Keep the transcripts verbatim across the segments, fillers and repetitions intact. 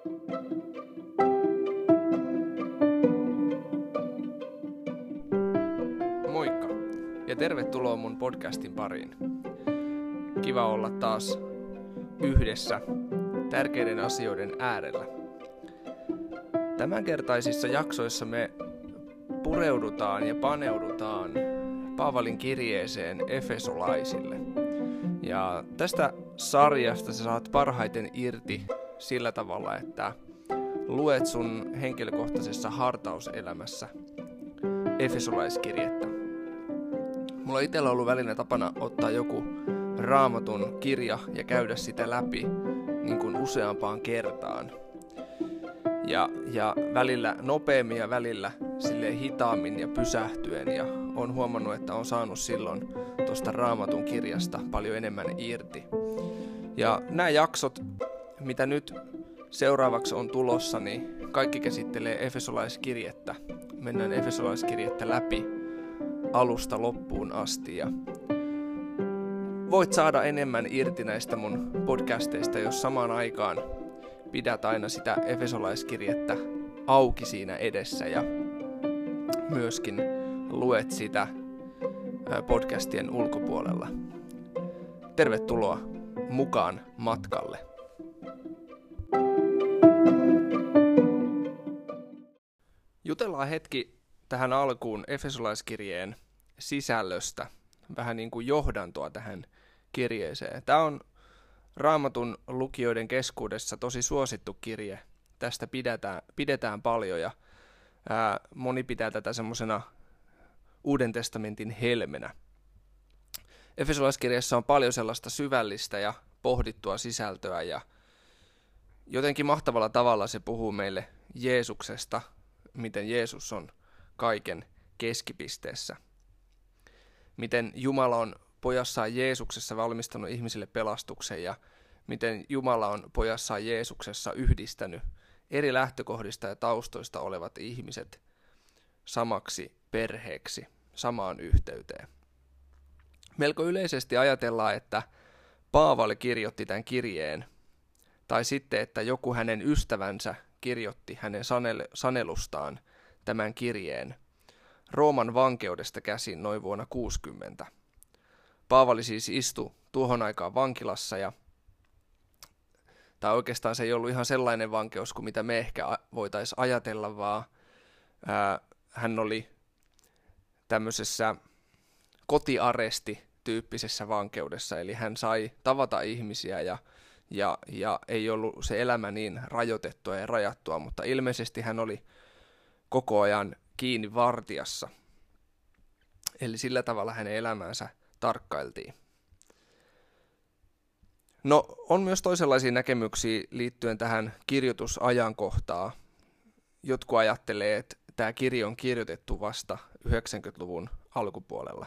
Moikka ja tervetuloa mun podcastin pariin. Kiva olla taas yhdessä tärkeiden asioiden äärellä. Tämänkertaisissa jaksoissa me pureudutaan ja paneudutaan Paavalin kirjeeseen efesolaisille. Ja tästä sarjasta sä saat parhaiten irti sillä tavalla, että luet sun henkilökohtaisessa hartauselämässä efesolaiskirjettä. Mulla on itsellä ollut välillä tapana ottaa joku Raamatun kirja ja käydä sitä läpi niin kuin useampaan kertaan. Ja, ja välillä nopeammin ja välillä silleen hitaammin ja pysähtyen. Ja on huomannut, että on saanut silloin tuosta Raamatun kirjasta paljon enemmän irti. Ja nämä jaksot, mitä nyt seuraavaksi on tulossa, niin kaikki käsittelee efesolaiskirjettä. Mennään efesolaiskirjettä läpi alusta loppuun asti. Ja voit saada enemmän irti näistä mun podcasteista, jos samaan aikaan pidät aina sitä efesolaiskirjettä auki siinä edessä ja myöskin luet sitä podcastien ulkopuolella. Tervetuloa mukaan matkalle. Jutellaan hetki tähän alkuun efesolaiskirjeen sisällöstä, vähän niin kuin johdantoa tähän kirjeeseen. Tämä on Raamatun lukijoiden keskuudessa tosi suosittu kirje. Tästä pidetään, pidetään paljon ja ää, moni pitää tätä semmoisena Uuden testamentin helmenä. Efesolaiskirjassa on paljon sellaista syvällistä ja pohdittua sisältöä ja jotenkin mahtavalla tavalla se puhuu meille Jeesuksesta, miten Jeesus on kaiken keskipisteessä. Miten Jumala on pojassaan Jeesuksessa valmistanut ihmisille pelastuksen ja miten Jumala on pojassaan Jeesuksessa yhdistänyt eri lähtökohdista ja taustoista olevat ihmiset samaksi perheeksi, samaan yhteyteen. Melko yleisesti ajatellaan, että Paavali kirjoitti tämän kirjeen, tai sitten, että joku hänen ystävänsä kirjoitti hänen sanelustaan tämän kirjeen Rooman vankeudesta käsin noin vuonna kuusikymmentä. Paavali siis istui tuohon aikaan vankilassa, ja, tai oikeastaan se ei ollut ihan sellainen vankeus kuin mitä me ehkä voitaisiin ajatella, vaan ää, hän oli tämmöisessä kotiaresti-tyyppisessä vankeudessa, eli hän sai tavata ihmisiä ja, ja, ja ei ollut se elämä niin rajoitettua ja rajattua, mutta ilmeisesti hän oli koko ajan kiinni vartijassa. Eli sillä tavalla hänen elämäänsä tarkkailtiin. No, on myös toisenlaisia näkemyksiä liittyen tähän kirjoitusajankohtaan. Jotkut ajattelee, että tämä kirja on kirjoitettu vasta yhdeksänkymmentäluvun alkupuolella.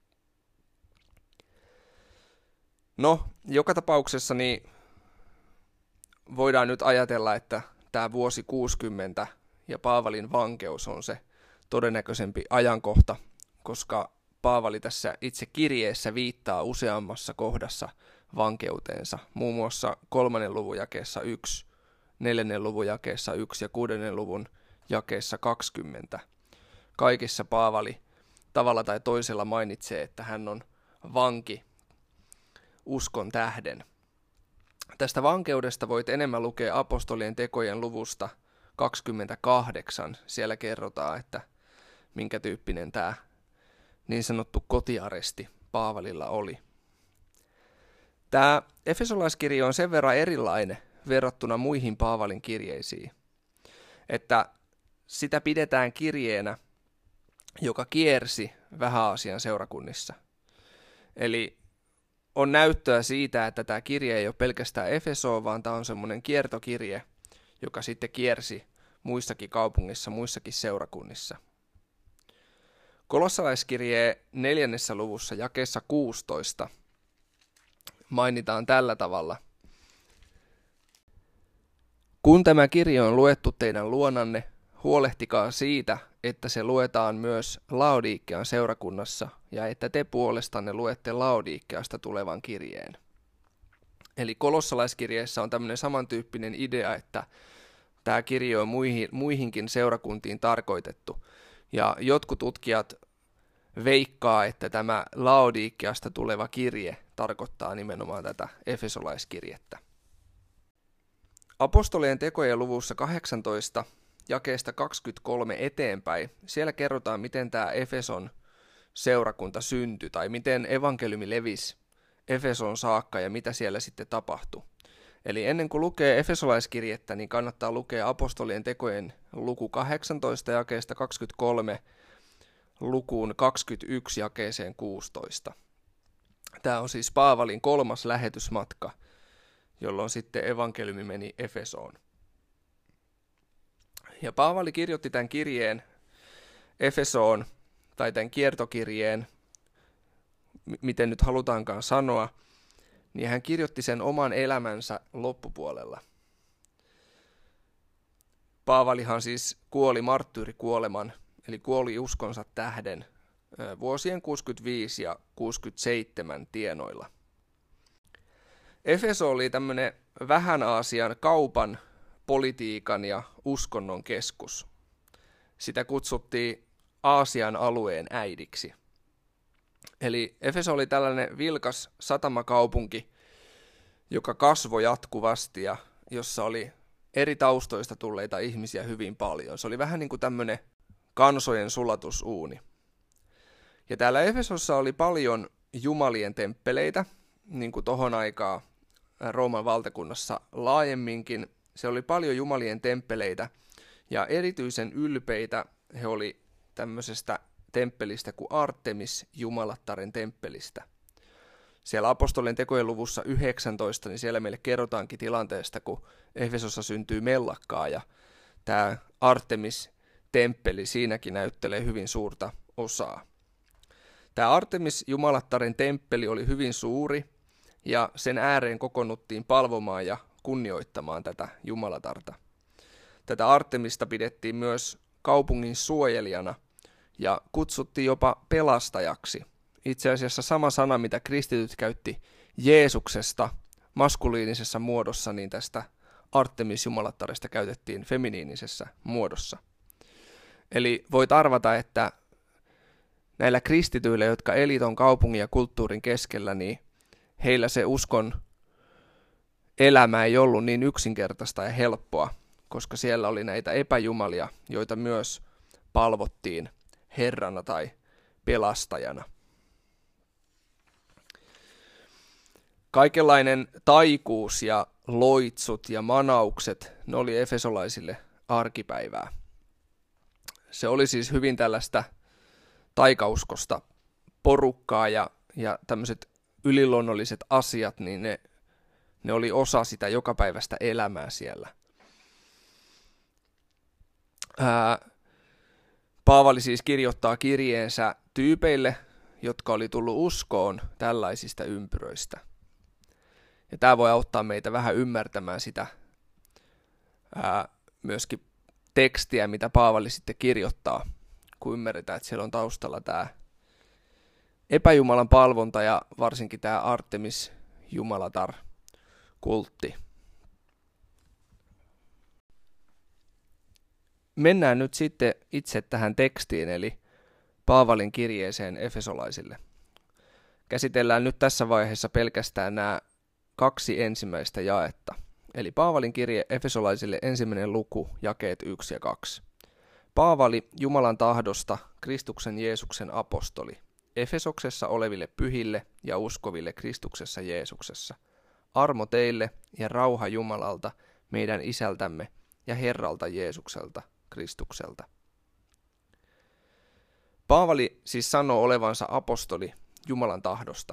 No, joka tapauksessa niin voidaan nyt ajatella, että tämä vuosi kuusikymmentä ja Paavalin vankeus on se todennäköisempi ajankohta, koska Paavali tässä itse kirjeessä viittaa useammassa kohdassa vankeuteensa, muun muassa kolmannen luvun jakeessa yksi, neljännen luvun jakeessa yksi ja kuudennen luvun jakeessa kaksikymmentä. Kaikissa Paavali tavalla tai toisella mainitsee, että hän on vanki uskon tähden. Tästä vankeudesta voit enemmän lukea apostolien tekojen luvusta kaksikymmentäkahdeksan. Siellä kerrotaan, että minkä tyyppinen tämä niin sanottu kotiaresti Paavalilla oli. Tämä efesolaiskirja on sen verran erilainen verrattuna muihin Paavalin kirjeisiin, että sitä pidetään kirjeenä, joka kiersi Vähä-Aasian seurakunnissa. Eli on näyttöä siitä, että tämä kirje ei ole pelkästään Efesoon, vaan tämä on semmoinen kiertokirje, joka sitten kiersi muissakin kaupungissa, muissakin seurakunnissa. Kolossalaiskirjeen neljännessä luvussa jakeessa kuusitoista mainitaan tällä tavalla. Kun tämä kirja on luettu teidän luonanne, huolehtikaa siitä, että se luetaan myös Laodiikkean seurakunnassa ja että te puolestanne luette Laodiikkeasta tulevan kirjeen. Eli kolossalaiskirjeessä on tämmöinen samantyyppinen idea, että tämä kirje on muihin, muihinkin seurakuntiin tarkoitettu. Ja jotkut tutkijat veikkaa, että tämä Laodikiasta tuleva kirje tarkoittaa nimenomaan tätä efesolaiskirjettä. Apostolien tekojen luvussa kahdeksantoista jakeesta kaksikymmentäkolme eteenpäin, siellä kerrotaan, miten tämä Efeson seurakunta syntyi tai miten evankeliumi levisi Efeson saakka ja mitä siellä sitten tapahtui. Eli ennen kuin lukee efesolaiskirjettä, niin kannattaa lukea apostolien tekojen luku kahdeksantoista jakeesta kaksikymmentäkolme lukuun kaksikymmentäyksi jakeeseen kuusitoista. Tämä on siis Paavalin kolmas lähetysmatka, jolloin sitten evankeliumi meni Efesoon. Ja Paavali kirjoitti tämän kirjeen Efesoon, tai tämän kiertokirjeen, miten nyt halutaankaan sanoa, niin hän kirjoitti sen oman elämänsä loppupuolella. Paavalihan siis kuoli marttyyrikuoleman, eli kuoli uskonsa tähden vuosien kuusikymmentäviisi ja kuusikymmentäseitsemän tienoilla. Efeso oli tämmöinen vähän Aasian kaupan, politiikan ja uskonnon keskus. Sitä kutsuttiin Aasian alueen äidiksi. Eli Efeso oli tällainen vilkas satamakaupunki, joka kasvoi jatkuvasti ja jossa oli eri taustoista tulleita ihmisiä hyvin paljon. Se oli vähän niin kuin tämmöinen kansojen sulatusuuni. Ja täällä Efesossa oli paljon jumalien temppeleitä, niin kuin tohon aikaan Rooman valtakunnassa laajemminkin. Se oli paljon jumalien temppeleitä ja erityisen ylpeitä he oli tämmöisestä temppelistä kuin Artemis Jumalattaren temppelistä. Siellä apostolien tekojen luvussa yhdeksäntoista, niin siellä meille kerrotaankin tilanteesta, kun Efesossa syntyy mellakkaa ja tämä Artemis-temppeli siinäkin näyttelee hyvin suurta osaa. Tämä Artemis Jumalattaren temppeli oli hyvin suuri ja sen ääreen kokoonnuttiin palvomaan ja kunnioittamaan tätä Jumalatarta. Tätä Artemista pidettiin myös kaupungin suojelijana ja kutsuttiin jopa pelastajaksi. Itse asiassa sama sana, mitä kristityt käytti Jeesuksesta maskuliinisessa muodossa, niin tästä Artemis Jumalattaresta käytettiin feminiinisessä muodossa. Eli voit arvata, että näillä kristityillä, jotka eli ton kaupungin ja kulttuurin keskellä, niin heillä se uskon elämä ei ollut niin yksinkertaista ja helppoa, koska siellä oli näitä epäjumalia, joita myös palvottiin Herrana tai pelastajana. Kaikenlainen taikuus ja loitsut ja manaukset, ne oli efesolaisille arkipäivää. Se oli siis hyvin tällaista taikauskosta porukkaa ja, ja tämmöiset yliluonnolliset asiat, niin ne, ne oli osa sitä jokapäiväistä elämää siellä. Ää, Paavali siis kirjoittaa kirjeensä tyypeille, jotka oli tullut uskoon tällaisista ympyröistä. Ja tämä voi auttaa meitä vähän ymmärtämään sitä ää, myöskin tekstiä, mitä Paavali sitten kirjoittaa, kun ymmärretään, että siellä on taustalla tämä epäjumalan palvonta ja varsinkin tämä Artemis Jumalatar-kultti. Mennään nyt sitten itse tähän tekstiin, eli Paavalin kirjeeseen efesolaisille. Käsitellään nyt tässä vaiheessa pelkästään nämä kaksi ensimmäistä jaetta. Eli Paavalin kirje efesolaisille ensimmäinen luku, jakeet yksi ja kaksi. Paavali, Jumalan tahdosta, Kristuksen Jeesuksen apostoli, Efesoksessa oleville pyhille ja uskoville Kristuksessa Jeesuksessa. Armo teille ja rauha Jumalalta, meidän Isältämme ja Herralta Jeesukselta, Kristukselta. Paavali siis sanoo olevansa apostoli Jumalan tahdosta.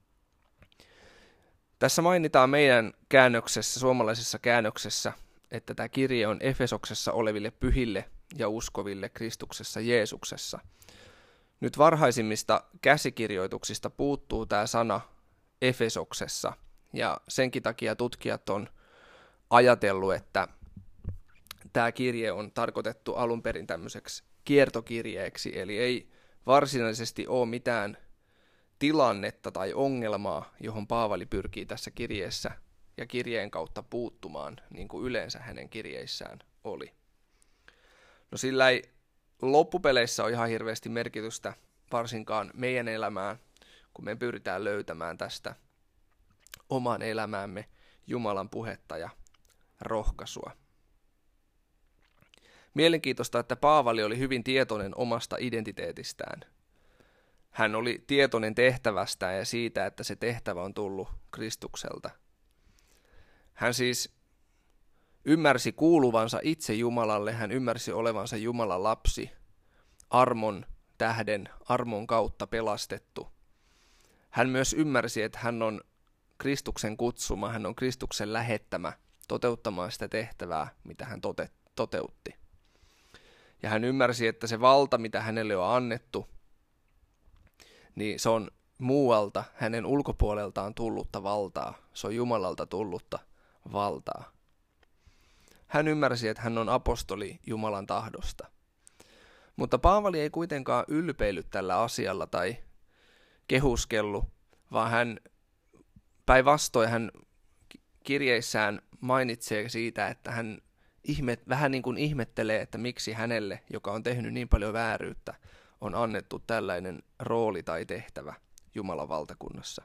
Tässä mainitaan meidän käännöksessä, suomalaisessa käännöksessä, että tämä kirje on Efesoksessa oleville pyhille ja uskoville Kristuksessa Jeesuksessa. Nyt varhaisimmista käsikirjoituksista puuttuu tämä sana Efesoksessa, ja senkin takia tutkijat on ajatellut, että tämä kirje on tarkoitettu alun perin tämmöiseksi kiertokirjeeksi, eli ei varsinaisesti ole mitään tilannetta tai ongelmaa, johon Paavali pyrkii tässä kirjeessä ja kirjeen kautta puuttumaan, niin kuin yleensä hänen kirjeissään oli. No sillä ei loppupeleissä ole ihan hirveästi merkitystä varsinkaan meidän elämään, kun me pyritään löytämään tästä oman elämäämme Jumalan puhetta ja rohkaisua. Mielenkiintoista, että Paavali oli hyvin tietoinen omasta identiteetistään. Hän oli tietoinen tehtävästään ja siitä, että se tehtävä on tullut Kristukselta. Hän siis ymmärsi kuuluvansa itse Jumalalle, hän ymmärsi olevansa Jumalan lapsi, armon tähden, armon kautta pelastettu. Hän myös ymmärsi, että hän on Kristuksen kutsuma, hän on Kristuksen lähettämä toteuttamaan sitä tehtävää, mitä hän tote- toteutti. Ja hän ymmärsi, että se valta, mitä hänelle on annettu, niin se on muualta, hänen ulkopuoleltaan tullutta valtaa. Se on Jumalalta tullutta valtaa. Hän ymmärsi, että hän on apostoli Jumalan tahdosta. Mutta Paavali ei kuitenkaan ylpeillyt tällä asialla tai kehuskellut, vaan hän päinvastoin hän kirjeissään mainitsee siitä, että hän ihmet, vähän niin kuin ihmettelee, että miksi hänelle, joka on tehnyt niin paljon vääryyttä, on annettu tällainen rooli tai tehtävä Jumalan valtakunnassa.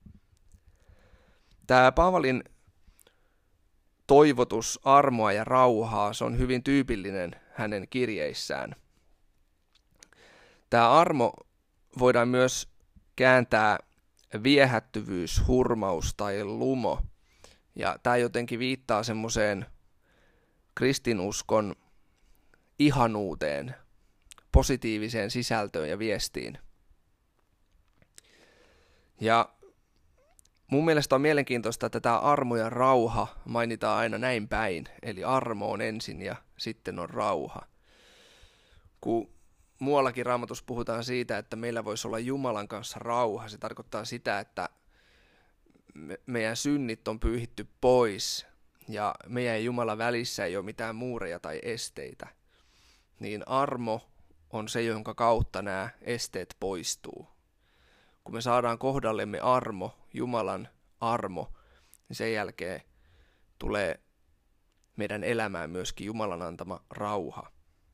Tämä Paavalin toivotus armoa ja rauhaa, se on hyvin tyypillinen hänen kirjeissään. Tämä armo voidaan myös kääntää viehättyvyys, hurmaus tai lumo. Ja tämä jotenkin viittaa semmoiseen kristinuskon ihanuuteen, positiiviseen sisältöön ja viestiin. Ja mun mielestä on mielenkiintoista, että tämä armo ja rauha mainitaan aina näin päin. Eli armo on ensin ja sitten on rauha. Kun muuallakin Raamatussa puhutaan siitä, että meillä voisi olla Jumalan kanssa rauha, se tarkoittaa sitä, että me, meidän synnit on pyyhitty pois ja meidän ja Jumalan välissä ei ole mitään muureja tai esteitä. Niin armo on se, jonka kautta nämä esteet poistuu. Kun me saadaan kohdallemme armo, Jumalan armo, niin sen jälkeen tulee meidän elämään myöskin Jumalan antama rauha.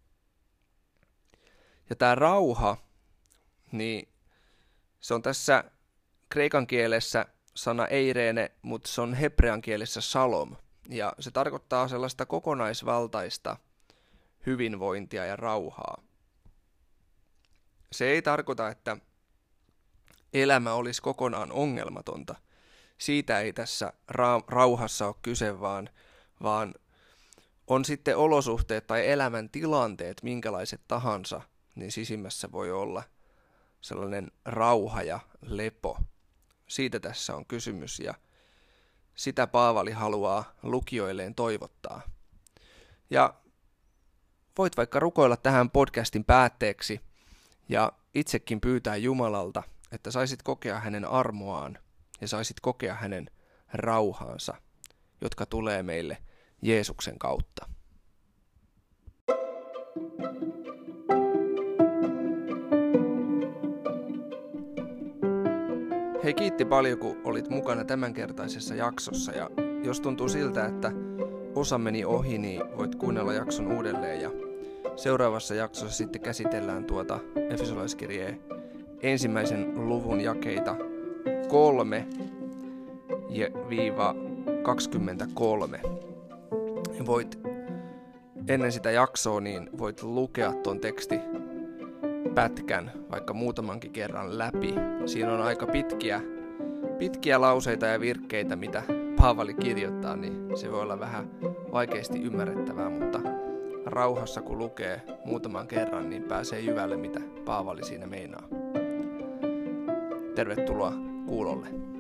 Ja tämä rauha, niin se on tässä kreikan kielessä sana eireene, mutta se on hebrean kielessä shalom. Ja se tarkoittaa sellaista kokonaisvaltaista hyvinvointia ja rauhaa. Se ei tarkoita, että elämä olisi kokonaan ongelmatonta. Siitä ei tässä ra- rauhassa ole kyse, vaan, vaan on sitten olosuhteet tai elämän tilanteet, minkälaiset tahansa, niin sisimmässä voi olla sellainen rauha ja lepo. Siitä tässä on kysymys ja sitä Paavali haluaa lukijoilleen toivottaa. Ja voit vaikka rukoilla tähän podcastin päätteeksi ja itsekin pyytää Jumalalta, että saisit kokea hänen armoaan ja saisit kokea hänen rauhaansa, jotka tulee meille Jeesuksen kautta. Hei, kiitti paljon, kun olit mukana tämänkertaisessa jaksossa, ja jos tuntuu siltä, että osa meni ohi, niin voit kuunnella jakson uudelleen, ja seuraavassa jaksossa sitten käsitellään tuota Efesolaiskirjeen ensimmäisen luvun jakeita kolme viiva kaksikymmentäkolme. Voit ennen sitä jaksoa niin voit lukea tuon teksti pätkän vaikka muutamankin kerran läpi. Siinä on aika pitkiä, pitkiä lauseita ja virkkeitä, mitä Paavali kirjoittaa, niin se voi olla vähän vaikeasti ymmärrettävää, mutta rauhassa kun lukee muutaman kerran, niin pääsee jyvälle, mitä Paavali siinä meinaa. Tervetuloa kuulolle.